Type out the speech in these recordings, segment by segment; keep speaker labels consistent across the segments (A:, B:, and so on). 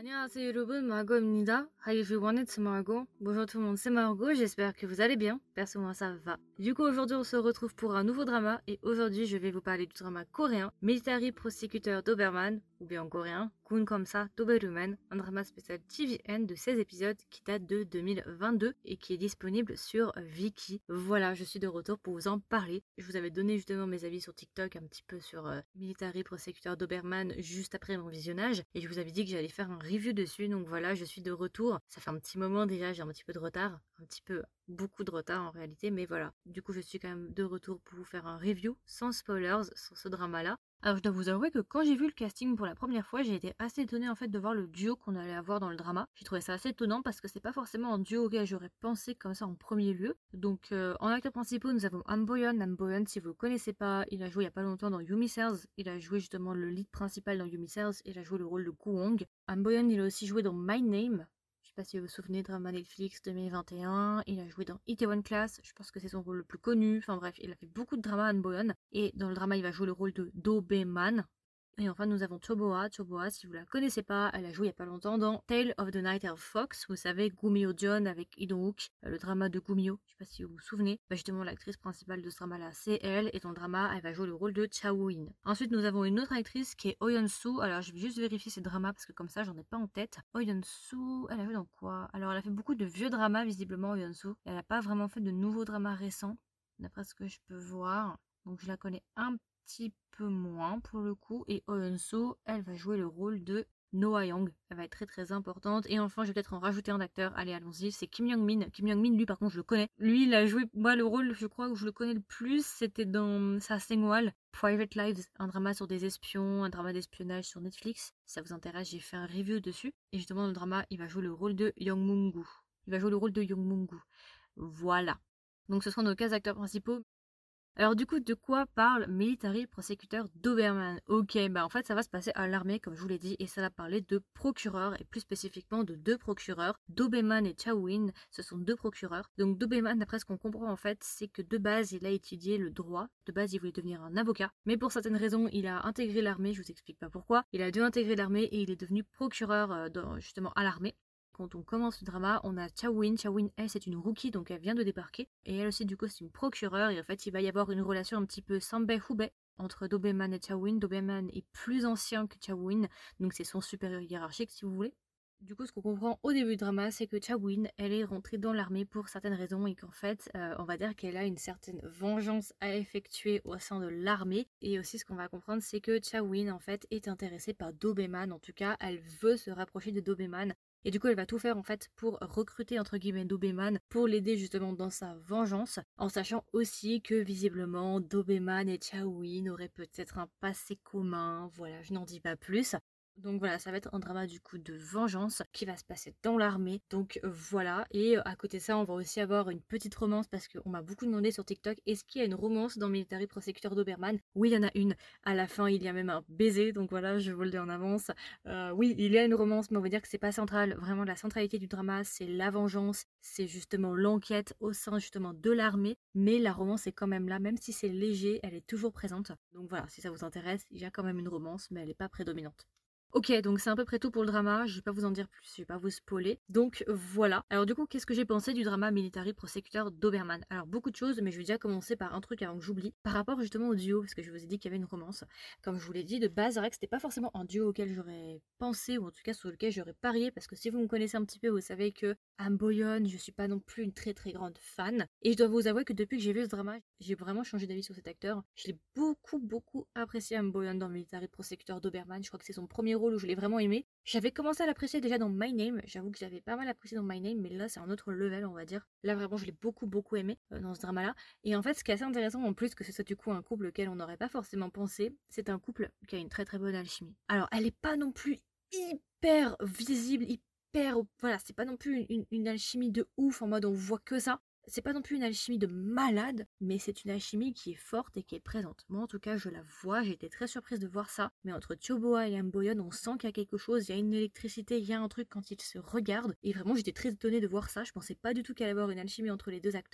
A: 안녕하세요 여러분, Margot입니다. Hi everyone, it's Margot. Bonjour tout le monde, c'est Margot, j'espère que vous allez bien. Perso, moi ça va. Du coup, aujourd'hui on se retrouve pour un nouveau drama et aujourd'hui je vais vous parler du drama coréen Military Prosecutor Doberman, ou bien en coréen, Gun Komsa Doberman, un drama spécial TVN de 16 épisodes qui date de 2022 et qui est disponible sur Viki. Voilà, je suis de retour pour vous en parler. Je vous avais donné justement mes avis sur TikTok un petit peu sur Military Prosecutor Doberman juste après mon visionnage et je vous avais dit que j'allais faire un review dessus, donc voilà, je suis de retour. Ça fait un petit moment déjà, j'ai un petit peu de retard, beaucoup de retard en réalité, mais voilà. Du coup, je suis quand même de retour pour vous faire un review sans spoilers sur ce drama-là. Alors, je dois vous avouer que quand j'ai vu le casting pour la première fois, j'ai été assez étonnée en fait de voir le duo qu'on allait avoir dans le drama. J'ai trouvé ça assez étonnant parce que c'est pas forcément un duo auquel j'aurais pensé comme ça en premier lieu. Donc, en acteurs principaux, nous avons Am Boyeon. Am Boyeon, si vous le connaissez pas, il a joué il y a pas longtemps dans Yumi Cells. Il a joué justement le lead principal dans Yumi Cells. Il a joué le rôle de Gu-hong. Am Boyeon, il a aussi joué dans My Name. Je sais pas si vous vous souvenez, drama Netflix 2021. Il a joué dans Itaewon Class, je pense que c'est son rôle le plus connu. Enfin bref, il a fait beaucoup de drama An Boyeon. Et dans le drama, il va jouer le rôle de Do Be-man. Et enfin, nous avons Choboa. Choboa, si vous la connaissez pas, elle a joué il y a pas longtemps dans Tale of the Night Elf Fox. Vous savez, Gumio John avec Lee Dong-wook, le drama de Gumio. Je sais pas si vous vous souvenez. Bah justement, l'actrice principale de ce drama-là, c'est elle. Et dans le drama, elle va jouer le rôle de Cha Woo-in. Ensuite, nous avons une autre actrice qui est Oh Yeon-soo. Alors, je vais juste vérifier ces dramas parce que comme ça, j'en ai pas en tête. Oh Yeon-soo, elle a joué dans quoi? Alors, elle a fait beaucoup de vieux dramas, visiblement, Oh Yeon-soo. Elle a pas vraiment fait de nouveaux dramas récents, d'après ce que je peux voir. Donc, je la connais un petit peu moins pour le coup. Et Oh Eun-soo, elle va jouer le rôle de Noah Young. Elle va être très très importante. Et enfin, je vais peut-être en rajouter un acteur. Allez, allons-y. C'est Kim Young-min. Kim Young-min, lui, par contre, je le connais. Lui, il a joué, moi, le rôle, je crois, où je le connais le plus, c'était dans Sa Sengwal, Private Lives, un drama sur des espions, un drama d'espionnage sur Netflix. Si ça vous intéresse, j'ai fait un review dessus. Et justement, dans le drama, il va jouer le rôle de Young Moon-gu. Il va jouer le rôle de Young Moon-gu. Voilà. Donc, ce seront nos 15 acteurs principaux. Alors du coup, de quoi parle Military Prosecutor Doberman? Ok, bah en fait ça va se passer à l'armée comme je vous l'ai dit et ça va parler de procureurs et plus spécifiquement de deux procureurs, Doberman et Cha Woo-in, ce sont deux procureurs. Donc Doberman, d'après ce qu'on comprend en fait, c'est que de base il a étudié le droit, de base il voulait devenir un avocat, mais pour certaines raisons il a intégré l'armée, je vous explique pas pourquoi, il a dû intégrer l'armée et il est devenu procureur justement à l'armée. Quand on commence le drama, on a Cha Woo-in. Cha Woo-in, elle, c'est une rookie, donc elle vient de débarquer. Et elle aussi, du coup, c'est une procureure. Et en fait, il va y avoir une relation un petit peu Sanbae-Hubei entre Doberman et Cha Woo-in. Doberman est plus ancien que Cha Woo-in, donc c'est son supérieur hiérarchique, si vous voulez. Du coup, ce qu'on comprend au début du drama, c'est que Cha Woo-in, elle est rentrée dans l'armée pour certaines raisons et qu'en fait, on va dire qu'elle a une certaine vengeance à effectuer au sein de l'armée. Et aussi, ce qu'on va comprendre, c'est que Cha Woo-in, en fait, est intéressée par Doberman. En tout cas, elle veut se rapprocher de Doberman. Et du coup, elle va tout faire en fait pour recruter entre guillemets Doberman pour l'aider justement dans sa vengeance, en sachant aussi que visiblement Doberman et Cha Woo-in auraient peut-être un passé commun. Voilà, je n'en dis pas plus. Donc voilà, ça va être un drama du coup de vengeance qui va se passer dans l'armée. Donc voilà, et à côté de ça, on va aussi avoir une petite romance parce qu'on m'a beaucoup demandé sur TikTok, est-ce qu'il y a une romance dans Military Prosecutor Doberman? Oui, il y en a une. À la fin, il y a même un baiser, donc voilà, je vous le dis en avance. Oui, il y a une romance, mais on va dire que c'est pas central. Vraiment, la centralité du drama, c'est la vengeance, c'est justement l'enquête au sein justement de l'armée. Mais la romance est quand même là, même si c'est léger, elle est toujours présente. Donc voilà, si ça vous intéresse, il y a quand même une romance, mais elle n'est pas prédominante. Ok, donc c'est à peu près tout pour le drama, je vais pas vous en dire plus, je vais pas vous spoiler. Donc voilà. Alors du coup, qu'est-ce que j'ai pensé du drama Military Prosecutor Doberman? Alors beaucoup de choses, mais je vais déjà commencer par un truc avant que j'oublie. Par rapport justement au duo, parce que je vous ai dit qu'il y avait une romance. Comme je vous l'ai dit, de base, c'est vrai que c'était pas forcément un duo auquel j'aurais pensé, ou en tout cas sur lequel j'aurais parié, parce que si vous me connaissez un petit peu, vous savez que Am Boyeon, je suis pas non plus une très très grande fan. Et je dois vous avouer que depuis que j'ai vu ce drama, j'ai vraiment changé d'avis sur cet acteur. Je l'ai beaucoup apprécié Am Boyeon dans Military Prosecutor Doberman. Je crois que c'est son premier rôle où je l'ai vraiment aimé. J'avais commencé à l'apprécier déjà dans My Name. J'avoue que j'avais pas mal apprécié dans My Name, mais là c'est un autre level, on va dire. Là vraiment, je l'ai beaucoup aimé dans ce drama-là. Et en fait, ce qui est assez intéressant, en plus que ce soit du coup un couple auquel on n'aurait pas forcément pensé, c'est un couple qui a une très bonne alchimie. Alors, elle est pas non plus hyper visible, voilà, c'est pas non plus une alchimie de ouf en mode on voit que ça. C'est pas non plus une alchimie de malade, mais c'est une alchimie qui est forte et qui est présente. Moi, en tout cas, je la vois, j'ai été très surprise de voir ça. Mais entre Choboa et Am Boyeon, on sent qu'il y a quelque chose, il y a une électricité, il y a un truc quand ils se regardent. Et vraiment, j'étais très étonnée de voir ça. Je pensais pas du tout qu'il allait y avoir une alchimie entre les deux acteurs.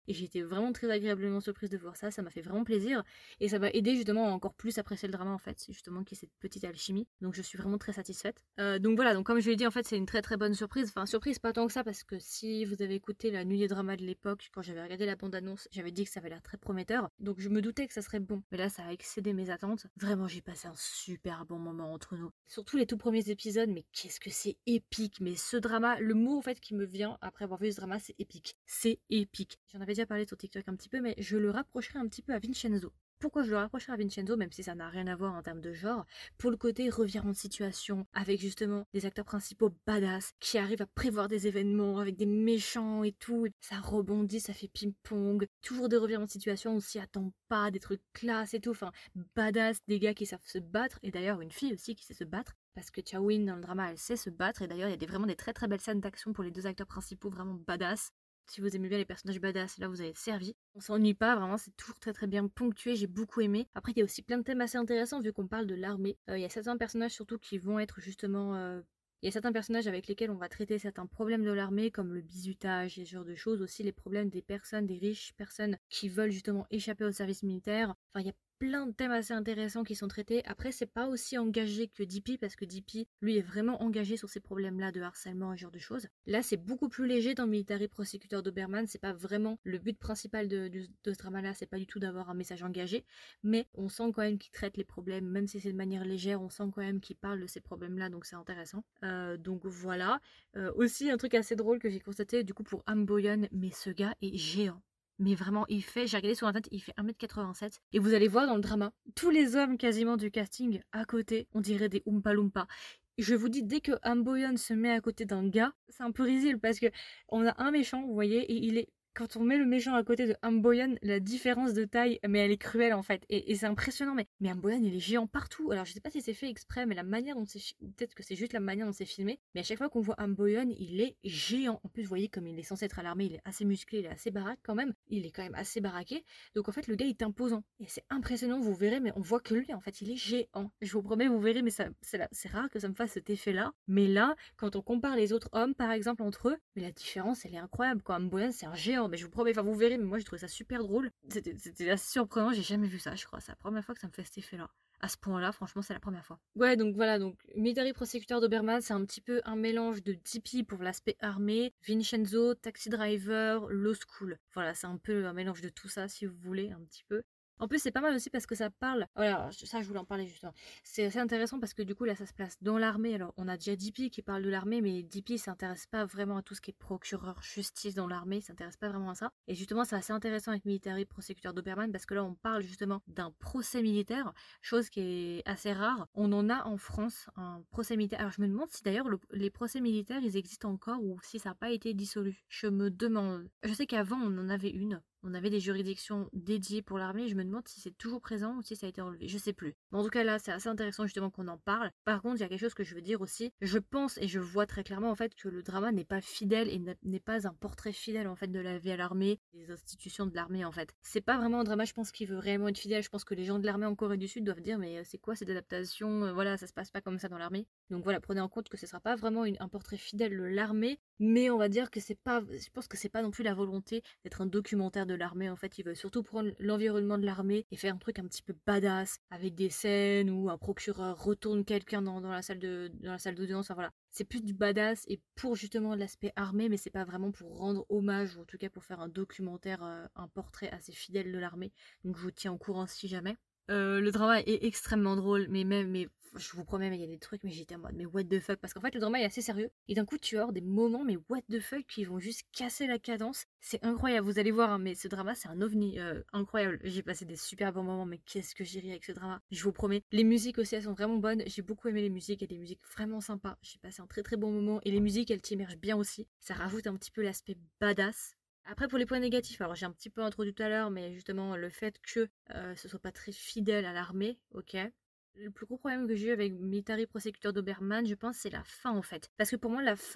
A: et j'ai été vraiment très agréablement surprise de voir ça m'a fait vraiment plaisir, et ça m'a aidé justement à encore plus apprécier le drama en fait, c'est justement qu'il y ait cette petite alchimie, donc je suis vraiment très satisfaite. Donc voilà, donc comme je l'ai dit en fait c'est une très très bonne surprise, enfin surprise pas tant que ça parce que si vous avez écouté la nuit des dramas de l'époque, quand j'avais regardé la bande-annonce, j'avais dit que ça avait l'air très prometteur, donc je me doutais que ça serait bon, mais là ça a excédé mes attentes, vraiment j'ai passé un super bon moment entre nous, surtout les tout premiers épisodes, mais qu'est-ce que c'est épique, mais ce drama, le mot en fait qui me vient après avoir vu ce drama c'est épique, c'est épique. J'en avais déjà parlé sur TikTok un petit peu, mais je le rapprocherai un petit peu à Vincenzo. Pourquoi je le rapprocherai à Vincenzo, même si ça n'a rien à voir en termes de genre, pour le côté revirement de situation, avec justement des acteurs principaux badass, qui arrivent à prévoir des événements, avec des méchants et tout, ça rebondit, ça fait ping-pong, toujours des revirements de situation, on s'y attend pas, des trucs classe et tout, enfin badass, des gars qui savent se battre, et d'ailleurs une fille aussi qui sait se battre, parce que Chaoin dans le drama elle sait se battre, et d'ailleurs il y a vraiment des très très belles scènes d'action pour les deux acteurs principaux vraiment badass. Si vous aimez bien les personnages badass, là vous avez servi. On s'ennuie pas, vraiment, c'est toujours très très bien ponctué, j'ai beaucoup aimé. Après, il y a aussi plein de thèmes assez intéressants vu qu'on parle de l'armée. Il y a certains personnages surtout qui vont être justement... Il y a certains personnages avec lesquels on va traiter certains problèmes de l'armée, comme le bizutage et ce genre de choses. Aussi les problèmes des personnes, des riches personnes qui veulent justement échapper au service militaire. Enfin, il y a plein de thèmes assez intéressants qui sont traités. Après, c'est pas aussi engagé que DP, parce que DP, lui, est vraiment engagé sur ces problèmes-là de harcèlement et ce genre de choses. Là, c'est beaucoup plus léger dans Military Prosecutor Doberman. C'est pas vraiment le but principal de ce drama-là. C'est pas du tout d'avoir un message engagé, mais on sent quand même qu'il traite les problèmes, même si c'est de manière légère, on sent quand même qu'il parle de ces problèmes-là, donc c'est intéressant. Donc voilà. Aussi, un truc assez drôle que j'ai constaté, du coup, pour Amboyon, mais ce gars est géant. Mais vraiment, j'ai regardé sur internet, il fait 1m87. Et vous allez voir dans le drama, tous les hommes quasiment du casting à côté, on dirait des Oompa Loompa. Je vous dis, dès que Amboyon se met à côté d'un gars, c'est un peu risible parce que on a un méchant, vous voyez, et il est... Quand on met le méchant à côté de Amboyon, la différence de taille, mais elle est cruelle en fait. Et c'est impressionnant, mais Amboyon il est géant partout. Alors je sais pas si c'est fait exprès, mais la manière dont c'est... Peut-être que c'est juste la manière dont c'est filmé. Mais à chaque fois qu'on voit Amboyon, il est géant. En plus, vous voyez, comme il est censé être à l'armée, il est assez musclé, il est assez baraque quand même. Il est quand même assez baraqué. Donc en fait, le gars il est imposant. Et c'est impressionnant, vous verrez, mais on voit que lui, en fait, il est géant. Je vous promets, vous verrez, mais c'est rare que ça me fasse cet effet-là. Mais là, quand on compare les autres hommes, par exemple, entre eux, mais la différence, elle est incroyable. Quoi. Amboyon, c'est un géant. Mais je vous promets, enfin, vous verrez, mais moi, j'ai trouvé ça super drôle. C'était assez surprenant, j'ai jamais vu ça, je crois. C'est la première fois que ça me fait cet effet-là. À ce point-là, franchement, c'est la première fois. Ouais, donc voilà, donc Military Prosecutor Doberman, c'est un petit peu un mélange de DP pour l'aspect armé, Vincenzo, Taxi Driver, Law School. Voilà, c'est un peu un mélange de tout ça, si vous voulez, un petit peu. En plus, c'est pas mal aussi parce que ça parle. Voilà, ça, je voulais en parler justement. C'est assez intéressant parce que du coup, là, ça se place dans l'armée. Alors, on a déjà DP qui parle de l'armée, mais DP s'intéresse pas vraiment à tout ce qui est procureur justice dans l'armée. Il s'intéresse pas vraiment à ça. Et justement, c'est assez intéressant avec Military Prosecutor Doberman parce que là, on parle justement d'un procès militaire, chose qui est assez rare. On en a en France un procès militaire. Alors, je me demande si d'ailleurs les procès militaires, ils existent encore ou si ça n'a pas été dissolu. Je me demande. Je sais qu'avant, on en avait une. On avait des juridictions dédiées pour l'armée. Je me demande si c'est toujours présent ou si ça a été enlevé. Je sais plus. Mais en tout cas, là, c'est assez intéressant justement qu'on en parle. Par contre, il y a quelque chose que je veux dire aussi. Je pense et je vois très clairement en fait que le drama n'est pas fidèle et n'est pas un portrait fidèle en fait de la vie à l'armée, des institutions de l'armée en fait. C'est pas vraiment un drama, je pense, qui veut réellement être fidèle. Je pense que les gens de l'armée en Corée du Sud doivent dire mais c'est quoi cette adaptation. Voilà, ça se passe pas comme ça dans l'armée. Donc voilà, prenez en compte que ce sera pas vraiment un portrait fidèle de l'armée, mais on va dire que c'est pas, je pense que c'est pas non plus la volonté d'être un documentaire de l'armée. En fait, il veut surtout prendre l'environnement de l'armée et faire un truc un petit peu badass avec des scènes où un procureur retourne quelqu'un dans la salle d'audience. Enfin voilà, c'est plus du badass et pour justement l'aspect armé, mais c'est pas vraiment pour rendre hommage ou en tout cas pour faire un documentaire, un portrait assez fidèle de l'armée. Donc je vous tiens au courant si jamais. Le drama est extrêmement drôle, mais je vous promets, mais il y a des trucs, mais j'étais en mode, mais what the fuck, parce qu'en fait, le drama est assez sérieux, et d'un coup, tu vas avoir des moments, mais what the fuck, qui vont juste casser la cadence, c'est incroyable, vous allez voir, hein, mais ce drama, c'est un ovni, incroyable, j'ai passé des super bons moments, mais qu'est-ce que j'ai ri avec ce drama, je vous promets, les musiques aussi, elles sont vraiment bonnes, j'ai beaucoup aimé les musiques, il y a des musiques vraiment sympas, j'ai passé un très très bon moment, et les musiques, elles t'immergent bien aussi, ça rajoute un petit peu l'aspect badass. Après, pour les points négatifs, alors j'ai un petit peu introduit tout à l'heure, mais justement le fait que ce soit pas très fidèle à l'armée, ok. Le plus gros problème que j'ai eu avec Military Prosecutor Doberman, je pense, c'est la fin en fait. Parce que pour moi, la fin,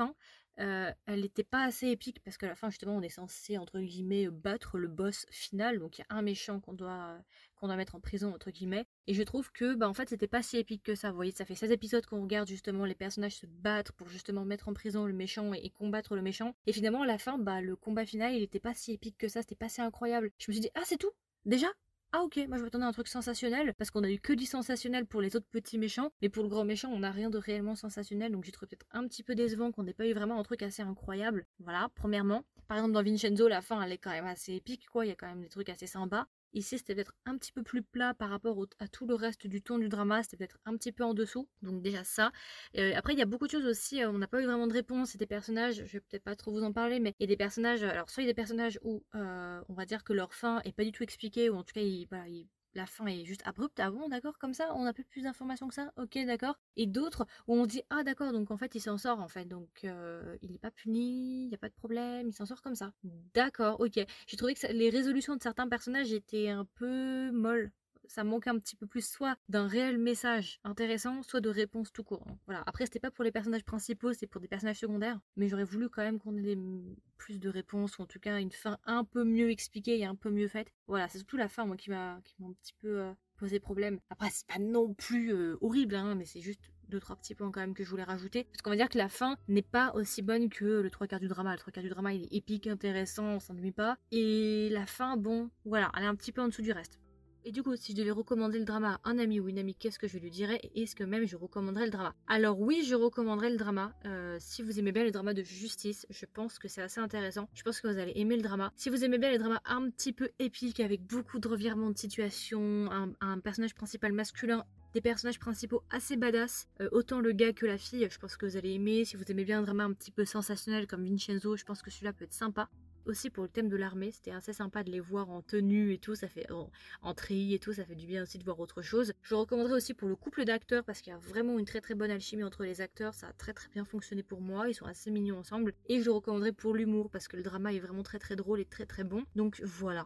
A: elle n'était pas assez épique parce qu'à la fin justement on est censé entre guillemets battre le boss final, donc il y a un méchant qu'on doit mettre en prison entre guillemets, et je trouve que en fait c'était pas si épique que ça. Vous voyez, ça fait 16 épisodes qu'on regarde justement les personnages se battre pour justement mettre en prison le méchant et combattre le méchant, et finalement à la fin le combat final il était pas si épique que ça, c'était pas si incroyable. Je me suis dit ah c'est tout déjà. Ah ok, moi je m'attendais à un truc sensationnel, parce qu'on a eu que du sensationnel pour les autres petits méchants, mais pour le grand méchant on n'a rien de réellement sensationnel, donc j'ai trouvé peut-être un petit peu décevant qu'on n'ait pas eu vraiment un truc assez incroyable. Voilà, premièrement. Par exemple dans Vincenzo, la fin elle est quand même assez épique, quoi, il y a quand même des trucs assez sympas. Ici c'était peut-être un petit peu plus plat par rapport à tout le reste du ton du drama, c'était peut-être un petit peu en dessous, donc déjà ça. Après il y a beaucoup de choses aussi, on n'a pas eu vraiment de réponse, c'est des personnages, je vais peut-être pas trop vous en parler, mais il y a des personnages, alors soit il y a des personnages où on va dire que leur fin est pas du tout expliquée, ou en tout cas la fin est juste abrupte. Ah bon, d'accord, comme ça, on n'a plus d'informations que ça. Ok, d'accord. Et d'autres où on se dit ah d'accord, donc en fait il s'en sort en fait, donc il n'est pas puni, il n'y a pas de problème, il s'en sort comme ça. D'accord, ok. J'ai trouvé que les résolutions de certains personnages étaient un peu molles. Ça manque un petit peu plus soit d'un réel message intéressant, soit de réponse tout court. Voilà. Après, c'était pas pour les personnages principaux, c'est pour des personnages secondaires, mais j'aurais voulu quand même qu'on ait plus de réponses, ou en tout cas une fin un peu mieux expliquée et un peu mieux faite. Voilà, c'est surtout la fin moi qui m'a un petit peu posé problème. Après, c'est pas non plus horrible, hein, mais c'est juste 2-3 petits points quand même que je voulais rajouter, parce qu'on va dire que la fin n'est pas aussi bonne que le 3/4 du drama. Le 3/4 du drama il est épique, intéressant, on s'ennuie pas, et la fin, bon, voilà, elle est un petit peu en dessous du reste. Et du coup, si je devais recommander le drama à un ami ou une amie, qu'est-ce que je lui dirais? Et est-ce que même je recommanderais le drama? Alors oui, je recommanderais le drama. Si vous aimez bien les dramas de justice, je pense que c'est assez intéressant. Je pense que vous allez aimer le drama. Si vous aimez bien les dramas un petit peu épiques, avec beaucoup de revirements de situation, un personnage principal masculin, des personnages principaux assez badass, autant le gars que la fille, je pense que vous allez aimer. Si vous aimez bien un drama un petit peu sensationnel comme Vincenzo, je pense que celui-là peut être sympa. Aussi pour le thème de l'armée, c'était assez sympa de les voir en tenue et tout, ça fait en treillis et tout, ça fait du bien aussi de voir autre chose. Je recommanderais aussi pour le couple d'acteurs, parce qu'il y a vraiment une très très bonne alchimie entre les acteurs, ça a très très bien fonctionné pour moi, ils sont assez mignons ensemble. Et je le recommanderais pour l'humour, parce que le drama est vraiment très très drôle et très très bon. Donc voilà.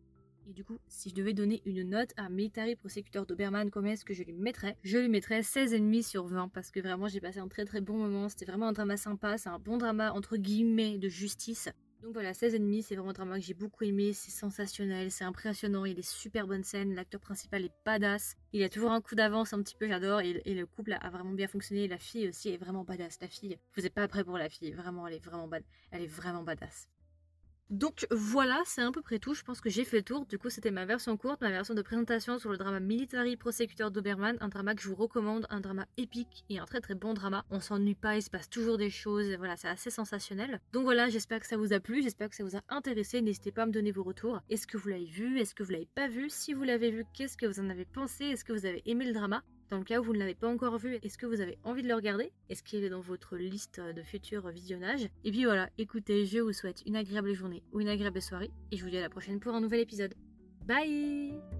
A: Et du coup, si je devais donner une note à Military Prosecutor Doberman, comment est-ce que je lui mettrais? Je lui mettrais 16,5 sur 20, parce que vraiment j'ai passé un très très bon moment, c'était vraiment un drama sympa, c'est un bon drama entre guillemets de justice. Donc voilà, 16,5, c'est vraiment un drama que j'ai beaucoup aimé, c'est sensationnel, c'est impressionnant, il y a des super bonnes scènes, l'acteur principal est badass, il a toujours un coup d'avance un petit peu, j'adore, et le couple a vraiment bien fonctionné, la fille aussi est vraiment badass, la fille, vous n'êtes pas prêt pour la fille, vraiment, elle est vraiment badass. Donc voilà, c'est à peu près tout, je pense que j'ai fait le tour. Du coup c'était ma version courte, ma version de présentation sur le drama Military Prosecutor Doberman, un drama que je vous recommande, un drama épique et un très très bon drama. On s'ennuie pas, il se passe toujours des choses, voilà, c'est assez sensationnel. Donc voilà, j'espère que ça vous a plu, j'espère que ça vous a intéressé, n'hésitez pas à me donner vos retours. Est-ce que vous l'avez vu? Est-ce que vous l'avez pas vu? Si vous l'avez vu, qu'est-ce que vous en avez pensé? Est-ce que vous avez aimé le drama? Dans le cas où vous ne l'avez pas encore vu, est-ce que vous avez envie de le regarder? Est-ce qu'il est dans votre liste de futurs visionnages? Et puis voilà, écoutez, je vous souhaite une agréable journée ou une agréable soirée et je vous dis à la prochaine pour un nouvel épisode. Bye!